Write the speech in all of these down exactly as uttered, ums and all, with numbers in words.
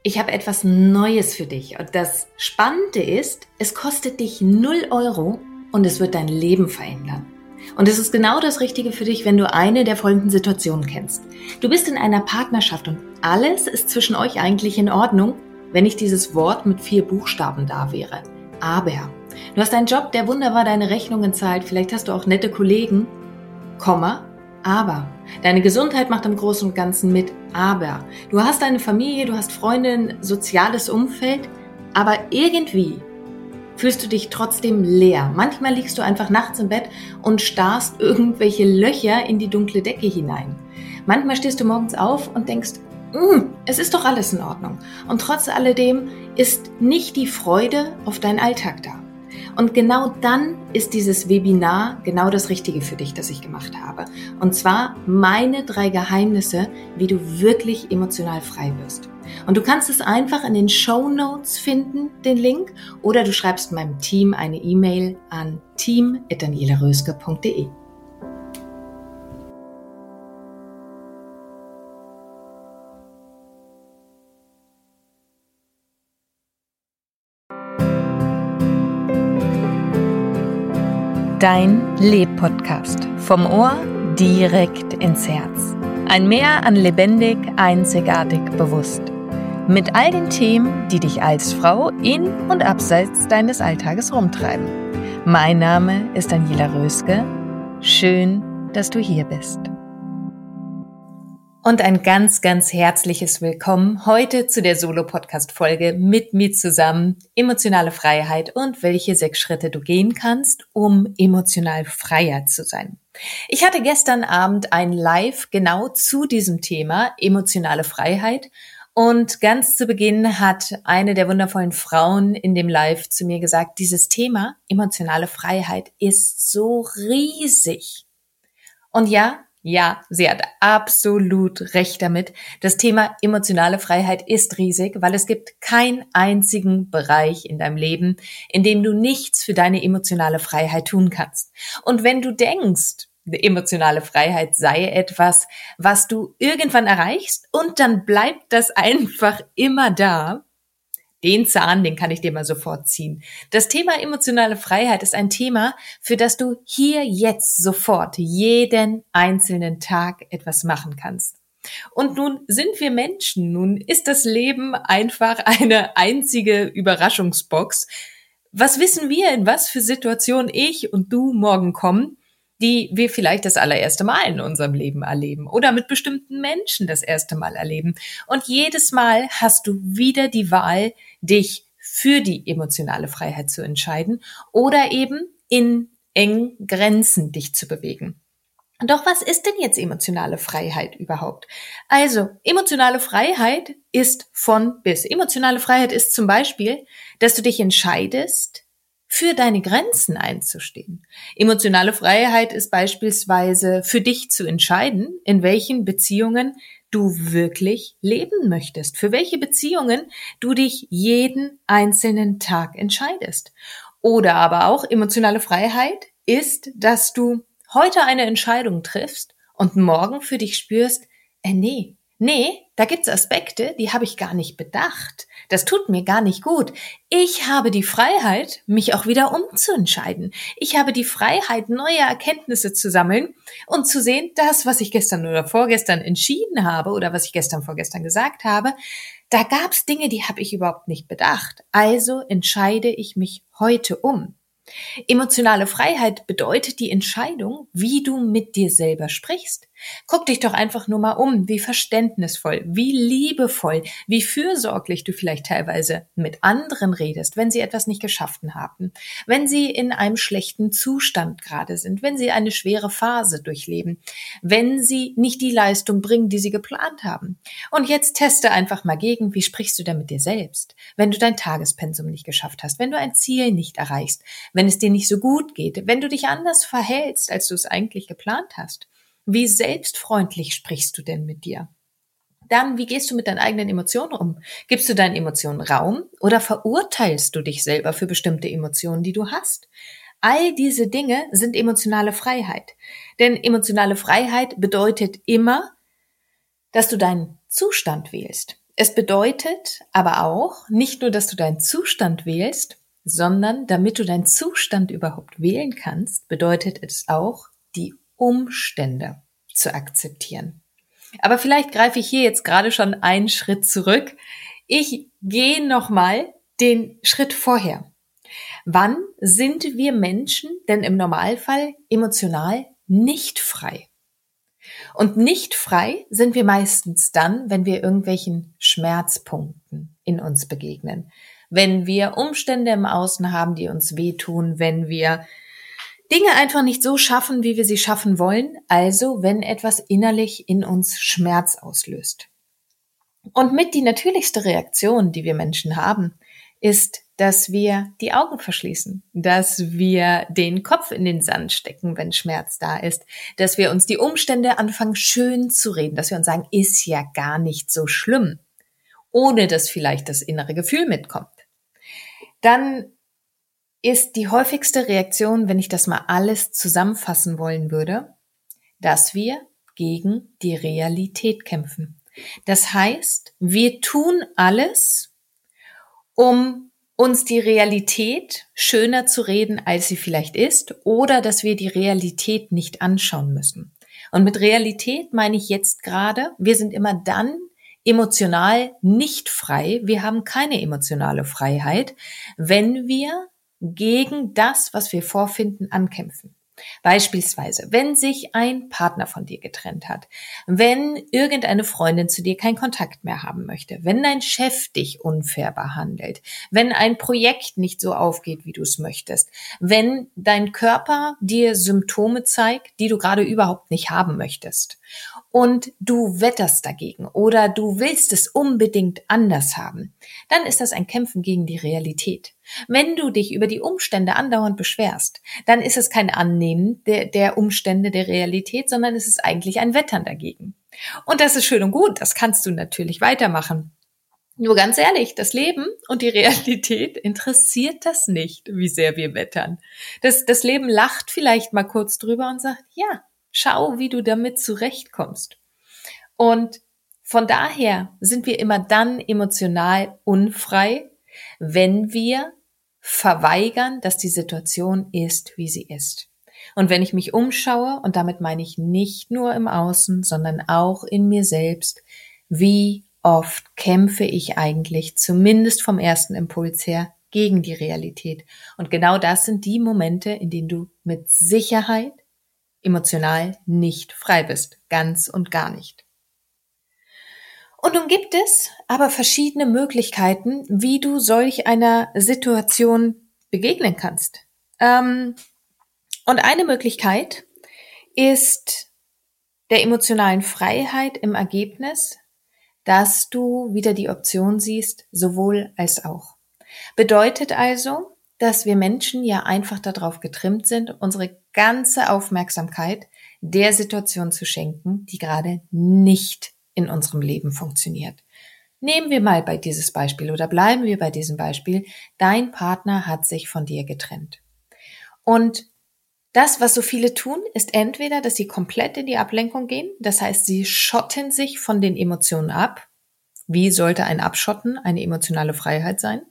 Ich habe etwas Neues für dich und das Spannende ist, es kostet dich null Euro und es wird dein Leben verändern. Und es ist genau das Richtige für dich, wenn du eine der folgenden Situationen kennst. Du bist in einer Partnerschaft und alles ist zwischen euch eigentlich in Ordnung, wenn nicht dieses Wort mit vier Buchstaben da wäre. Aber du hast einen Job, der wunderbar deine Rechnungen zahlt, vielleicht hast du auch nette Kollegen, Komma, aber deine Gesundheit macht im Großen und Ganzen mit, aber du hast eine Familie, du hast Freunde, ein soziales Umfeld, aber irgendwie fühlst du dich trotzdem leer. Manchmal liegst du einfach nachts im Bett und starrst irgendwelche Löcher in die dunkle Decke hinein. Manchmal stehst du morgens auf und denkst, es ist doch alles in Ordnung. Und trotz alledem ist nicht die Freude auf deinen Alltag da. Und genau dann ist dieses Webinar genau das Richtige für dich, das ich gemacht habe. Und zwar meine drei Geheimnisse, wie du wirklich emotional frei wirst. Und du kannst es einfach in den Shownotes finden, den Link, oder du schreibst meinem Team eine E-Mail an team at daniela röske punkt de. Dein Leb-Podcast. Vom Ohr direkt ins Herz. Ein Meer an lebendig, einzigartig, bewusst. Mit all den Themen, die dich als Frau in und abseits deines Alltages rumtreiben. Mein Name ist Daniela Röske. Schön, dass du hier bist. Und ein ganz, ganz herzliches Willkommen heute zu der Solo-Podcast-Folge mit mir zusammen. Emotionale Freiheit und welche sechs Schritte du gehen kannst, um emotional freier zu sein. Ich hatte gestern Abend ein Live genau zu diesem Thema, emotionale Freiheit. Und ganz zu Beginn hat eine der wundervollen Frauen in dem Live zu mir gesagt, dieses Thema, emotionale Freiheit, ist so riesig. Und ja, Ja, sie hat absolut recht damit. Das Thema emotionale Freiheit ist riesig, weil es gibt keinen einzigen Bereich in deinem Leben, in dem du nichts für deine emotionale Freiheit tun kannst. Und wenn du denkst, emotionale Freiheit sei etwas, was du irgendwann erreichst und dann bleibt das einfach immer da, den Zahn, den kann ich dir mal sofort ziehen. Das Thema emotionale Freiheit ist ein Thema, für das du hier jetzt sofort jeden einzelnen Tag etwas machen kannst. Und nun sind wir Menschen, nun ist das Leben einfach eine einzige Überraschungsbox. Was wissen wir, in was für Situationen ich und du morgen kommen, die wir vielleicht das allererste Mal in unserem Leben erleben oder mit bestimmten Menschen das erste Mal erleben. Und jedes Mal hast du wieder die Wahl, dich für die emotionale Freiheit zu entscheiden oder eben in engen Grenzen dich zu bewegen. Doch was ist denn jetzt emotionale Freiheit überhaupt? Also, emotionale Freiheit ist von bis. Emotionale Freiheit ist zum Beispiel, dass du dich entscheidest, für deine Grenzen einzustehen. Emotionale Freiheit ist beispielsweise für dich zu entscheiden, in welchen Beziehungen du wirklich leben möchtest, für welche Beziehungen du dich jeden einzelnen Tag entscheidest. Oder aber auch emotionale Freiheit ist, dass du heute eine Entscheidung triffst und morgen für dich spürst, äh nee, nee, da gibt's Aspekte, die habe ich gar nicht bedacht. Das tut mir gar nicht gut. Ich habe die Freiheit, mich auch wieder umzuentscheiden. Ich habe die Freiheit, neue Erkenntnisse zu sammeln und zu sehen, das, was ich gestern oder vorgestern entschieden habe oder was ich gestern vorgestern gesagt habe, da gab's Dinge, die habe ich überhaupt nicht bedacht. Also entscheide ich mich heute um. Emotionale Freiheit bedeutet die Entscheidung, wie du mit dir selber sprichst. Guck dich doch einfach nur mal um, wie verständnisvoll, wie liebevoll, wie fürsorglich du vielleicht teilweise mit anderen redest, wenn sie etwas nicht geschafft haben, wenn sie in einem schlechten Zustand gerade sind, wenn sie eine schwere Phase durchleben, wenn sie nicht die Leistung bringen, die sie geplant haben. Und jetzt teste einfach mal gegen, wie sprichst du denn mit dir selbst, wenn du dein Tagespensum nicht geschafft hast, wenn du ein Ziel nicht erreichst, wenn es dir nicht so gut geht, wenn du dich anders verhältst, als du es eigentlich geplant hast. Wie selbstfreundlich sprichst du denn mit dir? Dann, wie gehst du mit deinen eigenen Emotionen um? Gibst du deinen Emotionen Raum oder verurteilst du dich selber für bestimmte Emotionen, die du hast? All diese Dinge sind emotionale Freiheit. Denn emotionale Freiheit bedeutet immer, dass du deinen Zustand wählst. Es bedeutet aber auch nicht nur, dass du deinen Zustand wählst, sondern damit du deinen Zustand überhaupt wählen kannst, bedeutet es auch, die Umstände zu akzeptieren. Aber vielleicht greife ich hier jetzt gerade schon einen Schritt zurück. Ich gehe nochmal den Schritt vorher. Wann sind wir Menschen denn im Normalfall emotional nicht frei? Und nicht frei sind wir meistens dann, wenn wir irgendwelchen Schmerzpunkten in uns begegnen. Wenn wir Umstände im Außen haben, die uns wehtun, wenn wir Dinge einfach nicht so schaffen, wie wir sie schaffen wollen, also wenn etwas innerlich in uns Schmerz auslöst. Und mit die natürlichste Reaktion, die wir Menschen haben, ist, dass wir die Augen verschließen, dass wir den Kopf in den Sand stecken, wenn Schmerz da ist, dass wir uns die Umstände anfangen schön zu reden, dass wir uns sagen, ist ja gar nicht so schlimm, ohne dass vielleicht das innere Gefühl mitkommt. Dann ist die häufigste Reaktion, wenn ich das mal alles zusammenfassen wollen würde, dass wir gegen die Realität kämpfen. Das heißt, wir tun alles, um uns die Realität schöner zu reden, als sie vielleicht ist, oder dass wir die Realität nicht anschauen müssen. Und mit Realität meine ich jetzt gerade, wir sind immer dann emotional nicht frei, wir haben keine emotionale Freiheit, wenn wir gegen das, was wir vorfinden, ankämpfen. Beispielsweise, wenn sich ein Partner von dir getrennt hat, wenn irgendeine Freundin zu dir keinen Kontakt mehr haben möchte, wenn dein Chef dich unfair behandelt, wenn ein Projekt nicht so aufgeht, wie du es möchtest, wenn dein Körper dir Symptome zeigt, die du gerade überhaupt nicht haben möchtest und du wetterst dagegen oder du willst es unbedingt anders haben, dann ist das ein Kämpfen gegen die Realität. Wenn du dich über die Umstände andauernd beschwerst, dann ist es kein Annehmen der, der Umstände der Realität, sondern es ist eigentlich ein Wettern dagegen. Und das ist schön und gut, das kannst du natürlich weitermachen. Nur ganz ehrlich, das Leben und die Realität interessiert das nicht, wie sehr wir wettern. Das, das Leben lacht vielleicht mal kurz drüber und sagt, ja, schau, wie du damit zurechtkommst. Und von daher sind wir immer dann emotional unfrei, wenn wir verweigern, dass die Situation ist, wie sie ist. Und wenn ich mich umschaue, und damit meine ich nicht nur im Außen, sondern auch in mir selbst, wie oft kämpfe ich eigentlich, zumindest vom ersten Impuls her, gegen die Realität. Und genau das sind die Momente, in denen du mit Sicherheit emotional nicht frei bist. Ganz und gar nicht. Und nun gibt es aber verschiedene Möglichkeiten, wie du solch einer Situation begegnen kannst. Ähm, und eine Möglichkeit ist der emotionalen Freiheit im Ergebnis, dass du wieder die Option siehst, sowohl als auch. Bedeutet also, dass wir Menschen ja einfach darauf getrimmt sind, unsere ganze Aufmerksamkeit der Situation zu schenken, die gerade nicht in unserem Leben funktioniert. Nehmen wir mal bei dieses Beispiel oder bleiben wir bei diesem Beispiel. Dein Partner hat sich von dir getrennt. Und das, was so viele tun, ist entweder, dass sie komplett in die Ablenkung gehen. Das heißt, sie schotten sich von den Emotionen ab. Wie sollte ein Abschotten eine emotionale Freiheit sein?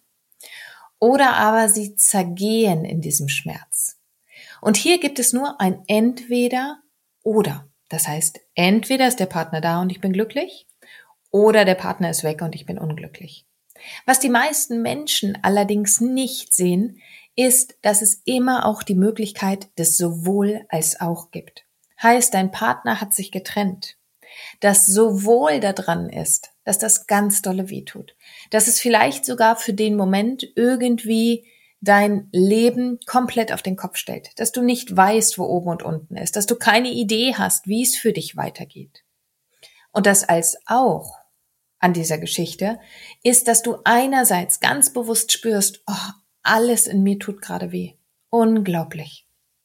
Oder aber sie zergehen in diesem Schmerz. Und hier gibt es nur ein Entweder oder. Das heißt, entweder ist der Partner da und ich bin glücklich, oder der Partner ist weg und ich bin unglücklich. Was die meisten Menschen allerdings nicht sehen, ist, dass es immer auch die Möglichkeit des sowohl als auch gibt. Heißt, dein Partner hat sich getrennt. Das sowohl daran ist, dass das ganz dolle wehtut. Dass es vielleicht sogar für den Moment irgendwie dein Leben komplett auf den Kopf stellt. Dass du nicht weißt, wo oben und unten ist. Dass du keine Idee hast, wie es für dich weitergeht. Und das als auch an dieser Geschichte ist, dass du einerseits ganz bewusst spürst, oh, alles in mir tut gerade weh. Unglaublich.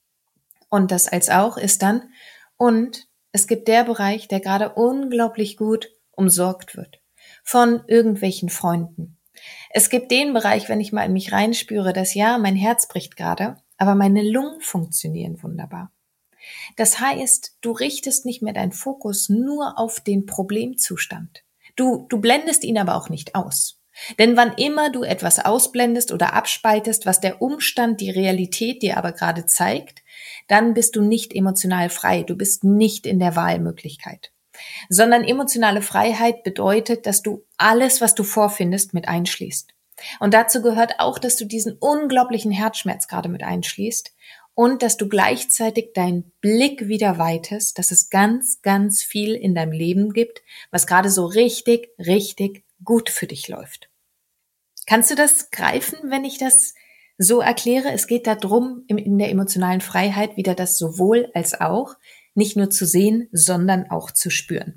Und das als auch ist dann, und es gibt der Bereich, der gerade unglaublich gut umsorgt wird. Von irgendwelchen Freunden. Es gibt den Bereich, wenn ich mal in mich reinspüre, dass ja, mein Herz bricht gerade, aber meine Lungen funktionieren wunderbar. Das heißt, du richtest nicht mehr deinen Fokus nur auf den Problemzustand. Du, du blendest ihn aber auch nicht aus. Denn wann immer du etwas ausblendest oder abspaltest, was der Umstand, die Realität dir aber gerade zeigt, dann bist du nicht emotional frei, du bist nicht in der Wahlmöglichkeit. Sondern emotionale Freiheit bedeutet, dass du alles, was du vorfindest, mit einschließt. Und dazu gehört auch, dass du diesen unglaublichen Herzschmerz gerade mit einschließt und dass du gleichzeitig deinen Blick wieder weitest, dass es ganz, ganz viel in deinem Leben gibt, was gerade so richtig, richtig gut für dich läuft. Kannst du das greifen, wenn ich das so erkläre? Es geht darum, in der emotionalen Freiheit wieder das sowohl als auch nicht nur zu sehen, sondern auch zu spüren.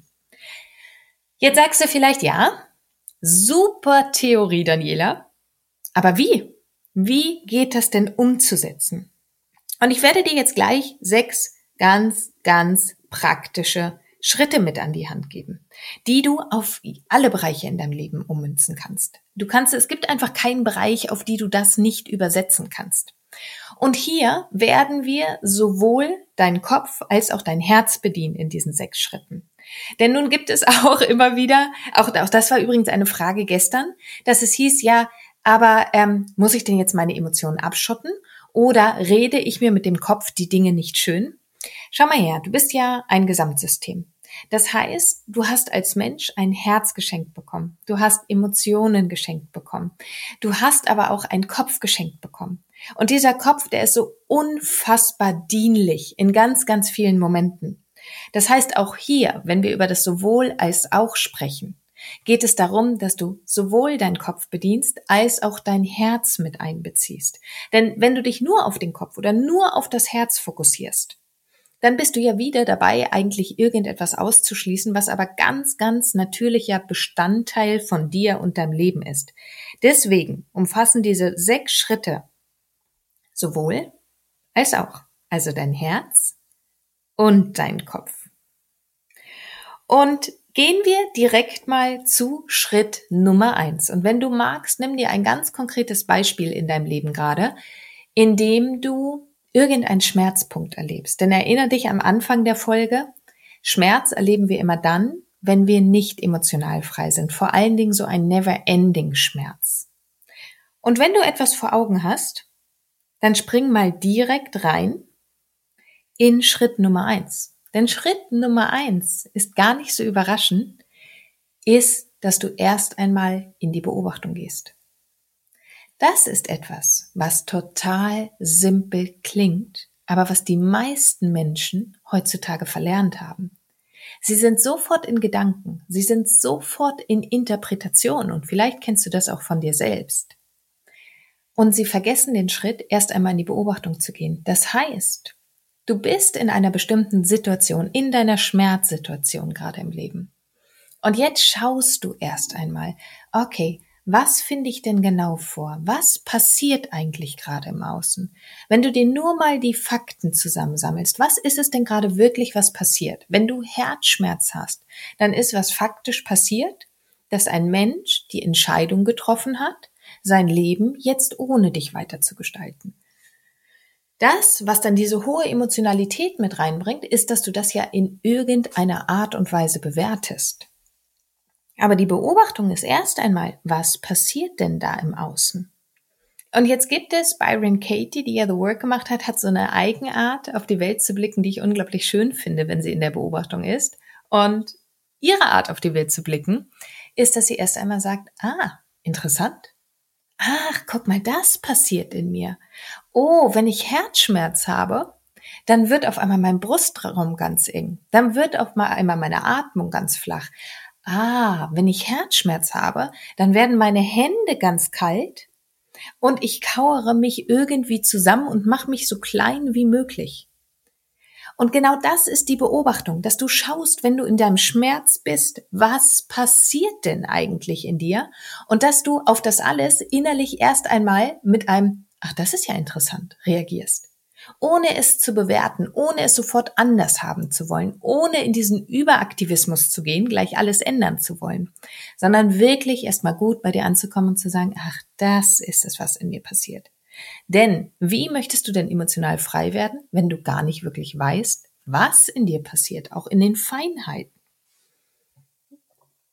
Jetzt sagst du vielleicht, ja, super Theorie, Daniela, aber wie? Wie geht das denn umzusetzen? Und ich werde dir jetzt gleich sechs ganz, ganz praktische Schritte mit an die Hand geben, die du auf alle Bereiche in deinem Leben ummünzen kannst. Du kannst, es gibt einfach keinen Bereich, auf die du das nicht übersetzen kannst. Und hier werden wir sowohl deinen Kopf als auch dein Herz bedienen in diesen sechs Schritten. Denn nun gibt es auch immer wieder, auch, auch das war übrigens eine Frage gestern, dass es hieß, ja, aber ähm, muss ich denn jetzt meine Emotionen abschotten oder rede ich mir mit dem Kopf die Dinge nicht schön? Schau mal her, du bist ja ein Gesamtsystem. Das heißt, du hast als Mensch ein Herz geschenkt bekommen. Du hast Emotionen geschenkt bekommen. Du hast aber auch einen Kopf geschenkt bekommen. Und dieser Kopf, der ist so unfassbar dienlich in ganz, ganz vielen Momenten. Das heißt, auch hier, wenn wir über das sowohl als auch sprechen, geht es darum, dass du sowohl deinen Kopf bedienst, als auch dein Herz mit einbeziehst. Denn wenn du dich nur auf den Kopf oder nur auf das Herz fokussierst, dann bist du ja wieder dabei, eigentlich irgendetwas auszuschließen, was aber ganz, ganz natürlicher Bestandteil von dir und deinem Leben ist. Deswegen umfassen diese sechs Schritte sowohl als auch, also dein Herz und dein Kopf. Und gehen wir direkt mal zu Schritt Nummer eins. Und wenn du magst, nimm dir ein ganz konkretes Beispiel in deinem Leben gerade, in dem du irgendeinen Schmerzpunkt erlebst. Denn erinnere dich am Anfang der Folge, Schmerz erleben wir immer dann, wenn wir nicht emotional frei sind. Vor allen Dingen so ein never-ending Schmerz. Und wenn du etwas vor Augen hast, dann spring mal direkt rein in Schritt Nummer eins. Denn Schritt Nummer eins ist gar nicht so überraschend, ist, dass du erst einmal in die Beobachtung gehst. Das ist etwas, was total simpel klingt, aber was die meisten Menschen heutzutage verlernt haben. Sie sind sofort in Gedanken, sie sind sofort in Interpretation und vielleicht kennst du das auch von dir selbst. Und sie vergessen den Schritt, erst einmal in die Beobachtung zu gehen. Das heißt, du bist in einer bestimmten Situation, in deiner Schmerzsituation gerade im Leben. Und jetzt schaust du erst einmal, okay, was finde ich denn genau vor? Was passiert eigentlich gerade im Außen? Wenn du dir nur mal die Fakten zusammensammelst, was ist es denn gerade wirklich, was passiert? Wenn du Herzschmerz hast, dann ist was faktisch passiert, dass ein Mensch die Entscheidung getroffen hat, sein Leben jetzt ohne dich weiter zu gestalten. Das, was dann diese hohe Emotionalität mit reinbringt, ist, dass du das ja in irgendeiner Art und Weise bewertest. Aber die Beobachtung ist erst einmal, was passiert denn da im Außen? Und jetzt gibt es Byron Katie, die ja The Work gemacht hat, hat so eine Eigenart, auf die Welt zu blicken, die ich unglaublich schön finde, wenn sie in der Beobachtung ist. Und ihre Art, auf die Welt zu blicken, ist, dass sie erst einmal sagt, ah, interessant. Ach, guck mal, das passiert in mir. Oh, wenn ich Herzschmerz habe, dann wird auf einmal mein Brustraum ganz eng. Dann wird auf einmal meine Atmung ganz flach. Ah, wenn ich Herzschmerz habe, dann werden meine Hände ganz kalt und ich kauere mich irgendwie zusammen und mache mich so klein wie möglich. Und genau das ist die Beobachtung, dass du schaust, wenn du in deinem Schmerz bist, was passiert denn eigentlich in dir? Und dass du auf das alles innerlich erst einmal mit einem, ach, das ist ja interessant, reagierst. Ohne es zu bewerten, ohne es sofort anders haben zu wollen, ohne in diesen Überaktivismus zu gehen, gleich alles ändern zu wollen, sondern wirklich erstmal gut bei dir anzukommen und zu sagen, ach, das ist es, was in mir passiert. Denn wie möchtest du denn emotional frei werden, wenn du gar nicht wirklich weißt, was in dir passiert, auch in den Feinheiten?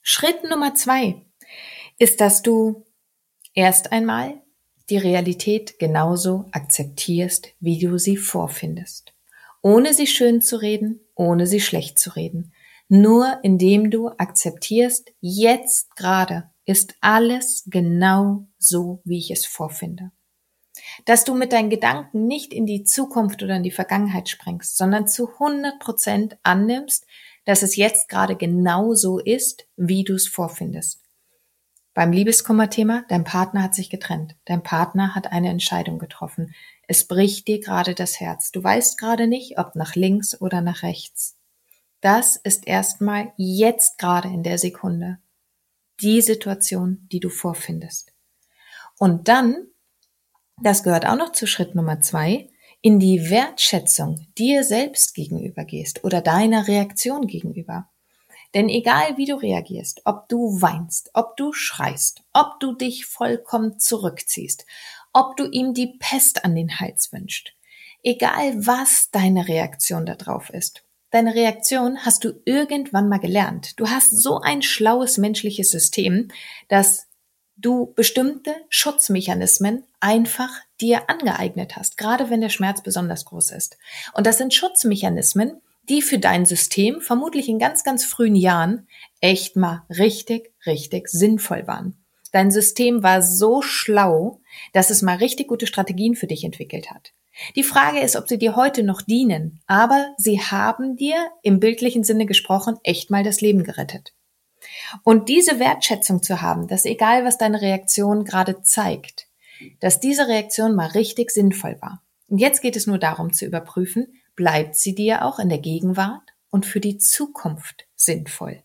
Schritt Nummer zwei ist, dass du erst einmal die Realität genauso akzeptierst, wie du sie vorfindest. Ohne sie schön zu reden, ohne sie schlecht zu reden. Nur indem du akzeptierst, jetzt gerade ist alles genau so, wie ich es vorfinde. Dass du mit deinen Gedanken nicht in die Zukunft oder in die Vergangenheit sprengst, sondern zu hundert Prozent annimmst, dass es jetzt gerade genau so ist, wie du es vorfindest. Beim Liebeskummer-Thema, dein Partner hat sich getrennt. Dein Partner hat eine Entscheidung getroffen. Es bricht dir gerade das Herz. Du weißt gerade nicht, ob nach links oder nach rechts. Das ist erstmal jetzt gerade in der Sekunde die Situation, die du vorfindest. Und dann, das gehört auch noch zu Schritt Nummer zwei, in die Wertschätzung dir selbst gegenüber gehst oder deiner Reaktion gegenüber. Denn egal wie du reagierst, ob du weinst, ob du schreist, ob du dich vollkommen zurückziehst, ob du ihm die Pest an den Hals wünschst, egal was deine Reaktion darauf ist, deine Reaktion hast du irgendwann mal gelernt. Du hast so ein schlaues menschliches System, dass du bestimmte Schutzmechanismen einfach dir angeeignet hast, gerade wenn der Schmerz besonders groß ist. Und das sind Schutzmechanismen, die für dein System vermutlich in ganz, ganz frühen Jahren echt mal richtig, richtig sinnvoll waren. Dein System war so schlau, dass es mal richtig gute Strategien für dich entwickelt hat. Die Frage ist, ob sie dir heute noch dienen, aber sie haben dir im bildlichen Sinne gesprochen echt mal das Leben gerettet. Und diese Wertschätzung zu haben, dass egal was deine Reaktion gerade zeigt, dass diese Reaktion mal richtig sinnvoll war. Und jetzt geht es nur darum zu überprüfen, bleibt sie dir auch in der Gegenwart und für die Zukunft sinnvoll.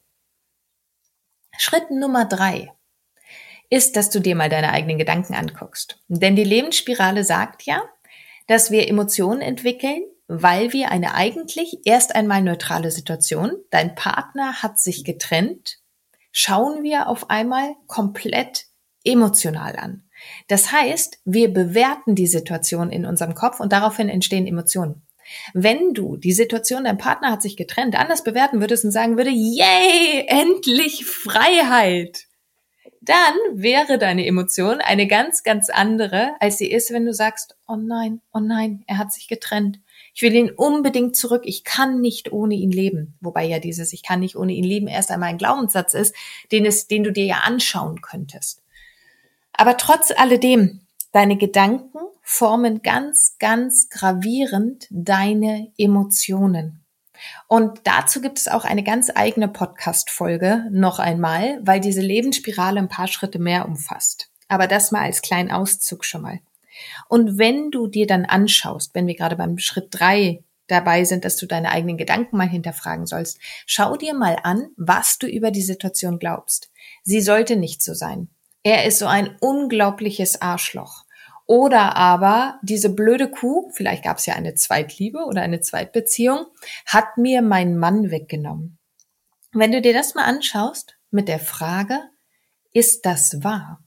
Schritt Nummer drei ist, dass du dir mal deine eigenen Gedanken anguckst. Denn die Lebensspirale sagt ja, dass wir Emotionen entwickeln, weil wir eine eigentlich erst einmal neutrale Situation, dein Partner hat sich getrennt, schauen wir auf einmal komplett emotional an. Das heißt, wir bewerten die Situation in unserem Kopf und daraufhin entstehen Emotionen. Wenn du die Situation, dein Partner hat sich getrennt, anders bewerten würdest und sagen würde, yay, endlich Freiheit, dann wäre deine Emotion eine ganz, ganz andere, als sie ist, wenn du sagst, oh nein, oh nein, er hat sich getrennt. Ich will ihn unbedingt zurück. Ich kann nicht ohne ihn leben. Wobei ja dieses Ich kann nicht ohne ihn leben erst einmal ein Glaubenssatz ist, den, es, den du dir ja anschauen könntest. Aber trotz alledem, deine Gedanken formen ganz, ganz gravierend deine Emotionen. Und dazu gibt es auch eine ganz eigene Podcast-Folge noch einmal, weil diese Lebensspirale ein paar Schritte mehr umfasst. Aber das mal als kleinen Auszug schon mal. Und wenn du dir dann anschaust, wenn wir gerade beim Schritt drei dabei sind, dass du deine eigenen Gedanken mal hinterfragen sollst, schau dir mal an, was du über die Situation glaubst. Sie sollte nicht so sein. Er ist so ein unglaubliches Arschloch. Oder aber diese blöde Kuh, vielleicht gab es ja eine Zweitliebe oder eine Zweitbeziehung, hat mir meinen Mann weggenommen. Wenn du dir das mal anschaust mit der Frage, ist das wahr?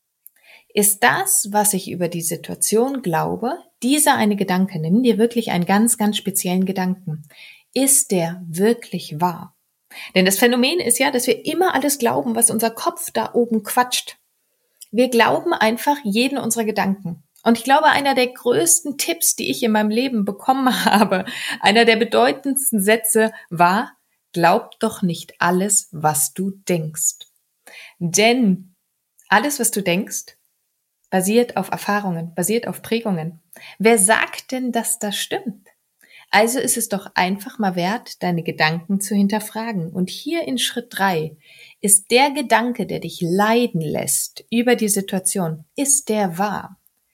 Ist das, was ich über die Situation glaube, dieser eine Gedanke, nimm dir wirklich einen ganz, ganz speziellen Gedanken, ist der wirklich wahr? Denn das Phänomen ist ja, dass wir immer alles glauben, was unser Kopf da oben quatscht. Wir glauben einfach jeden unserer Gedanken. Und ich glaube, einer der größten Tipps, die ich in meinem Leben bekommen habe, einer der bedeutendsten Sätze war, glaub doch nicht alles, was du denkst. Denn alles, was du denkst, basiert auf Erfahrungen, basiert auf Prägungen. Wer sagt denn, dass das stimmt? Also ist es doch einfach mal wert, deine Gedanken zu hinterfragen. Und hier in Schritt drei ist der Gedanke, der dich leiden lässt über die Situation, ist der wahr?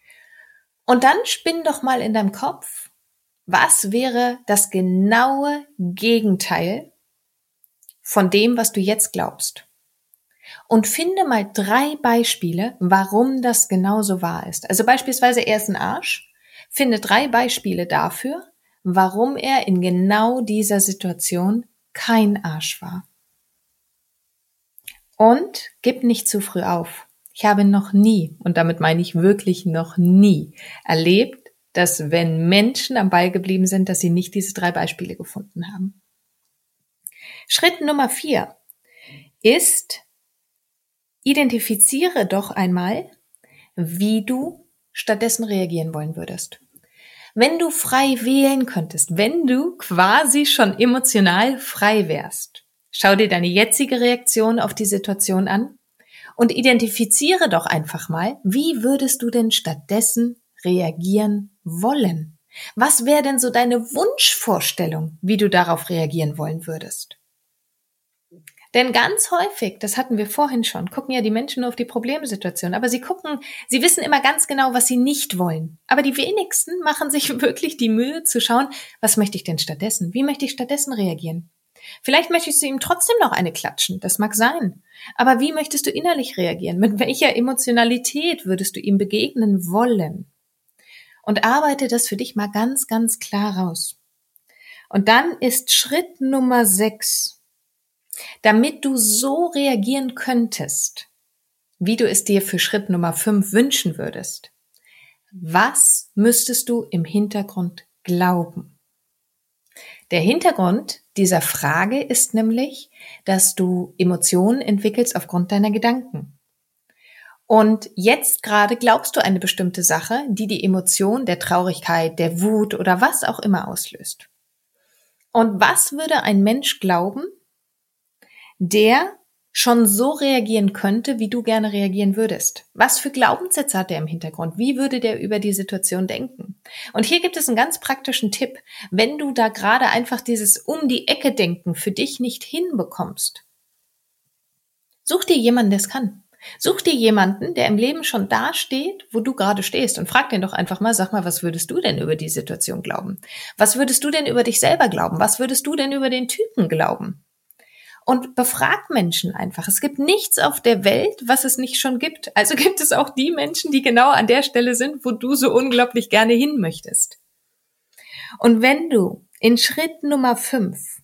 Und dann spinn doch mal in deinem Kopf, was wäre das genaue Gegenteil von dem, was du jetzt glaubst? Und finde mal drei Beispiele, warum das genauso wahr ist. Also beispielsweise, er ist ein Arsch. Finde drei Beispiele dafür, warum er in genau dieser Situation kein Arsch war. Und gib nicht zu früh auf. Ich habe noch nie, und damit meine ich wirklich noch nie, erlebt, dass wenn Menschen am Ball geblieben sind, dass sie nicht diese drei Beispiele gefunden haben. Schritt Nummer vier ist, identifiziere doch einmal, wie du stattdessen reagieren wollen würdest. Wenn du frei wählen könntest, wenn du quasi schon emotional frei wärst, schau dir deine jetzige Reaktion auf die Situation an und identifiziere doch einfach mal, wie würdest du denn stattdessen reagieren wollen? Was wäre denn so deine Wunschvorstellung, wie du darauf reagieren wollen würdest? Denn ganz häufig, das hatten wir vorhin schon, gucken ja die Menschen nur auf die Problemsituation, aber sie gucken, sie wissen immer ganz genau, was sie nicht wollen. Aber die wenigsten machen sich wirklich die Mühe zu schauen, was möchte ich denn stattdessen? Wie möchte ich stattdessen reagieren? Vielleicht möchtest du ihm trotzdem noch eine klatschen, das mag sein. Aber wie möchtest du innerlich reagieren? Mit welcher Emotionalität würdest du ihm begegnen wollen? Und arbeite das für dich mal ganz, ganz klar raus. Und dann ist Schritt Nummer sechs, damit du so reagieren könntest, wie du es dir für Schritt Nummer fünf wünschen würdest. Was müsstest du im Hintergrund glauben? Der Hintergrund dieser Frage ist nämlich, dass du Emotionen entwickelst aufgrund deiner Gedanken. Und jetzt gerade glaubst du eine bestimmte Sache, die die Emotion der Traurigkeit, der Wut oder was auch immer auslöst. Und was würde ein Mensch glauben, der schon so reagieren könnte, wie du gerne reagieren würdest? Was für Glaubenssätze hat er im Hintergrund? Wie würde der über die Situation denken? Und hier gibt es einen ganz praktischen Tipp. Wenn du da gerade einfach dieses um die Ecke denken für dich nicht hinbekommst, such dir jemanden, der es kann. Such dir jemanden, der im Leben schon da steht, wo du gerade stehst, und frag den doch einfach mal, sag mal, was würdest du denn über die Situation glauben? Was würdest du denn über dich selber glauben? Was würdest du denn über den Typen glauben? Und befrag Menschen einfach. Es gibt nichts auf der Welt, was es nicht schon gibt. Also gibt es auch die Menschen, die genau an der Stelle sind, wo du so unglaublich gerne hin möchtest. Und wenn du in Schritt Nummer fünf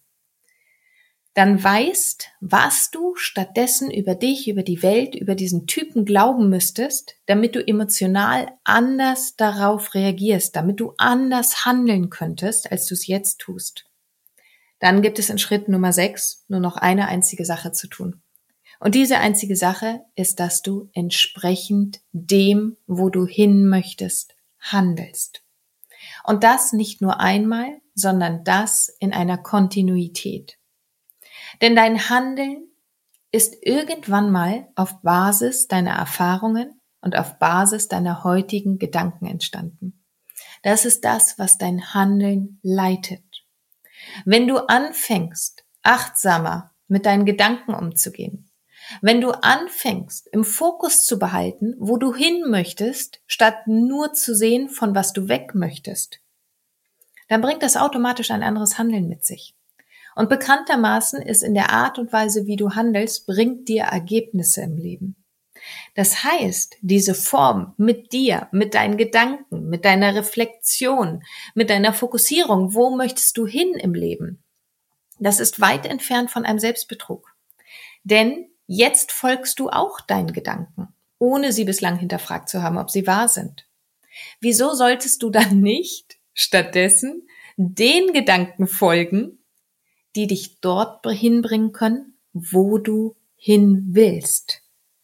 dann weißt, was du stattdessen über dich, über die Welt, über diesen Typen glauben müsstest, damit du emotional anders darauf reagierst, damit du anders handeln könntest, als du es jetzt tust, dann gibt es in Schritt Nummer sechs nur noch eine einzige Sache zu tun. Und diese einzige Sache ist, dass du entsprechend dem, wo du hin möchtest, handelst. Und das nicht nur einmal, sondern das in einer Kontinuität. Denn dein Handeln ist irgendwann mal auf Basis deiner Erfahrungen und auf Basis deiner heutigen Gedanken entstanden. Das ist das, was dein Handeln leitet. Wenn du anfängst, achtsamer mit deinen Gedanken umzugehen, wenn du anfängst, im Fokus zu behalten, wo du hin möchtest, statt nur zu sehen, von was du weg möchtest, dann bringt das automatisch ein anderes Handeln mit sich. Und bekanntermaßen ist in der Art und Weise, wie du handelst, bringt dir Ergebnisse im Leben. Das heißt, diese Form mit dir, mit deinen Gedanken, mit deiner Reflexion, mit deiner Fokussierung, wo möchtest du hin im Leben? Das ist weit entfernt von einem Selbstbetrug. Denn jetzt folgst du auch deinen Gedanken, ohne sie bislang hinterfragt zu haben, ob sie wahr sind. Wieso solltest du dann nicht stattdessen den Gedanken folgen, die dich dort hinbringen können, wo du hin willst?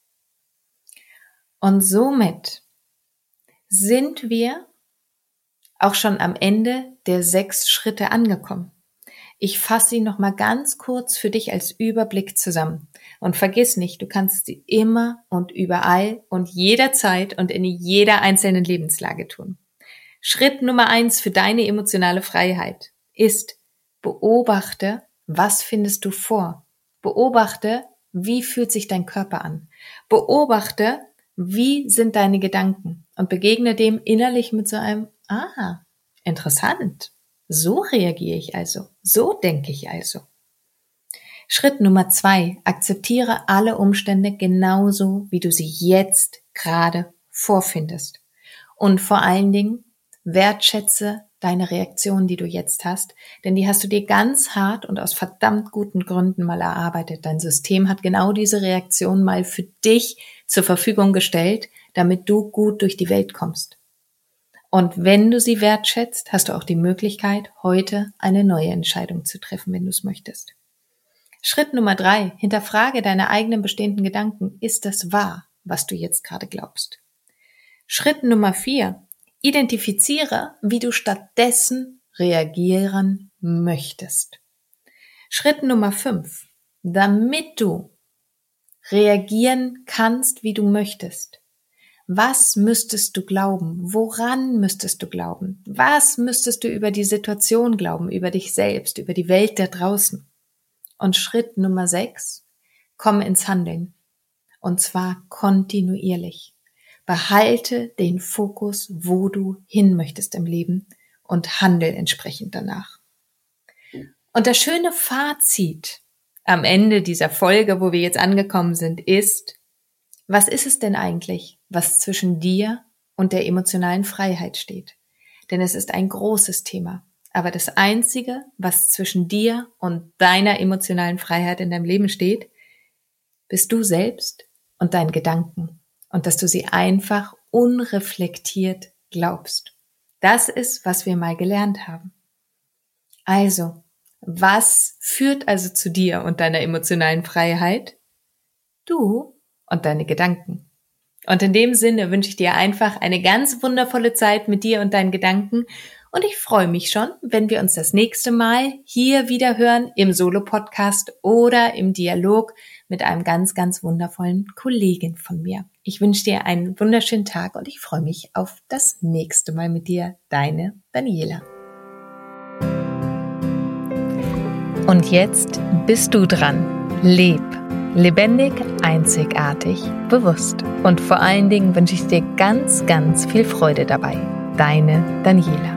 Und somit sind wir auch schon am Ende der sechs Schritte angekommen. Ich fasse sie nochmal ganz kurz für dich als Überblick zusammen. Und vergiss nicht, du kannst sie immer und überall und jederzeit und in jeder einzelnen Lebenslage tun. Schritt Nummer eins für deine emotionale Freiheit ist: beobachte, was findest du vor? Beobachte, wie fühlt sich dein Körper an? Beobachte, wie sind deine Gedanken? Und begegne dem innerlich mit so einem, ah, interessant. So reagiere ich also. So denke ich also. Schritt Nummer zwei: akzeptiere alle Umstände genauso, wie du sie jetzt gerade vorfindest. Und vor allen Dingen wertschätze deine Reaktion, die du jetzt hast, denn die hast du dir ganz hart und aus verdammt guten Gründen mal erarbeitet. Dein System hat genau diese Reaktion mal für dich zur Verfügung gestellt, damit du gut durch die Welt kommst. Und wenn du sie wertschätzt, hast du auch die Möglichkeit, heute eine neue Entscheidung zu treffen, wenn du es möchtest. Schritt Nummer drei, hinterfrage deine eigenen bestehenden Gedanken. Ist das wahr, was du jetzt gerade glaubst? Schritt Nummer vier, identifiziere, wie du stattdessen reagieren möchtest. Schritt Nummer fünf, damit du reagieren kannst, wie du möchtest. Was müsstest du glauben? Woran müsstest du glauben? Was müsstest du über die Situation glauben, über dich selbst, über die Welt da draußen? Und Schritt Nummer sechs, komm ins Handeln. Und zwar kontinuierlich. Behalte den Fokus, wo du hin möchtest im Leben und handel entsprechend danach. Und das schöne Fazit am Ende dieser Folge, wo wir jetzt angekommen sind, ist, was ist es denn eigentlich, was zwischen dir und der emotionalen Freiheit steht? Denn es ist ein großes Thema. Aber das Einzige, was zwischen dir und deiner emotionalen Freiheit in deinem Leben steht, bist du selbst und deine Gedanken. Und dass du sie einfach unreflektiert glaubst. Das ist, was wir mal gelernt haben. Also, was führt also zu dir und deiner emotionalen Freiheit? Du und deine Gedanken. Und in dem Sinne wünsche ich dir einfach eine ganz wundervolle Zeit mit dir und deinen Gedanken. Und ich freue mich schon, wenn wir uns das nächste Mal hier wieder hören im Solo-Podcast oder im Dialog mit einem ganz, ganz wundervollen Kollegen von mir. Ich wünsche dir einen wunderschönen Tag und ich freue mich auf das nächste Mal mit dir. Deine Daniela. Und jetzt bist du dran. Leb. Lebendig, einzigartig, bewusst. Und vor allen Dingen wünsche ich dir ganz, ganz viel Freude dabei. Deine Daniela.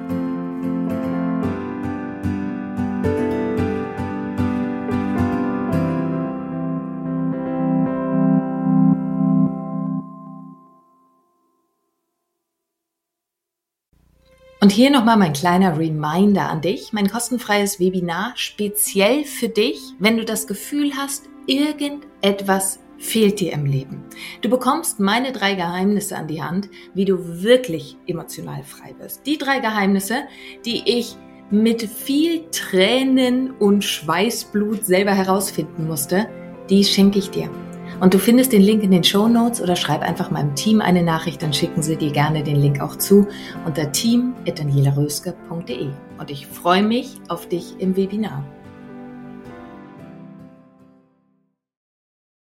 Und hier nochmal mein kleiner Reminder an dich, mein kostenfreies Webinar speziell für dich, wenn du das Gefühl hast, irgendetwas fehlt dir im Leben. Du bekommst meine drei Geheimnisse an die Hand, wie du wirklich emotional frei wirst. Die drei Geheimnisse, die ich mit viel Tränen und Schweißblut selber herausfinden musste, die schenke ich dir. Und du findest den Link in den Shownotes oder schreib einfach meinem Team eine Nachricht, dann schicken sie dir gerne den Link auch zu unter team at daniela röske punkt de. Und ich freue mich auf dich im Webinar.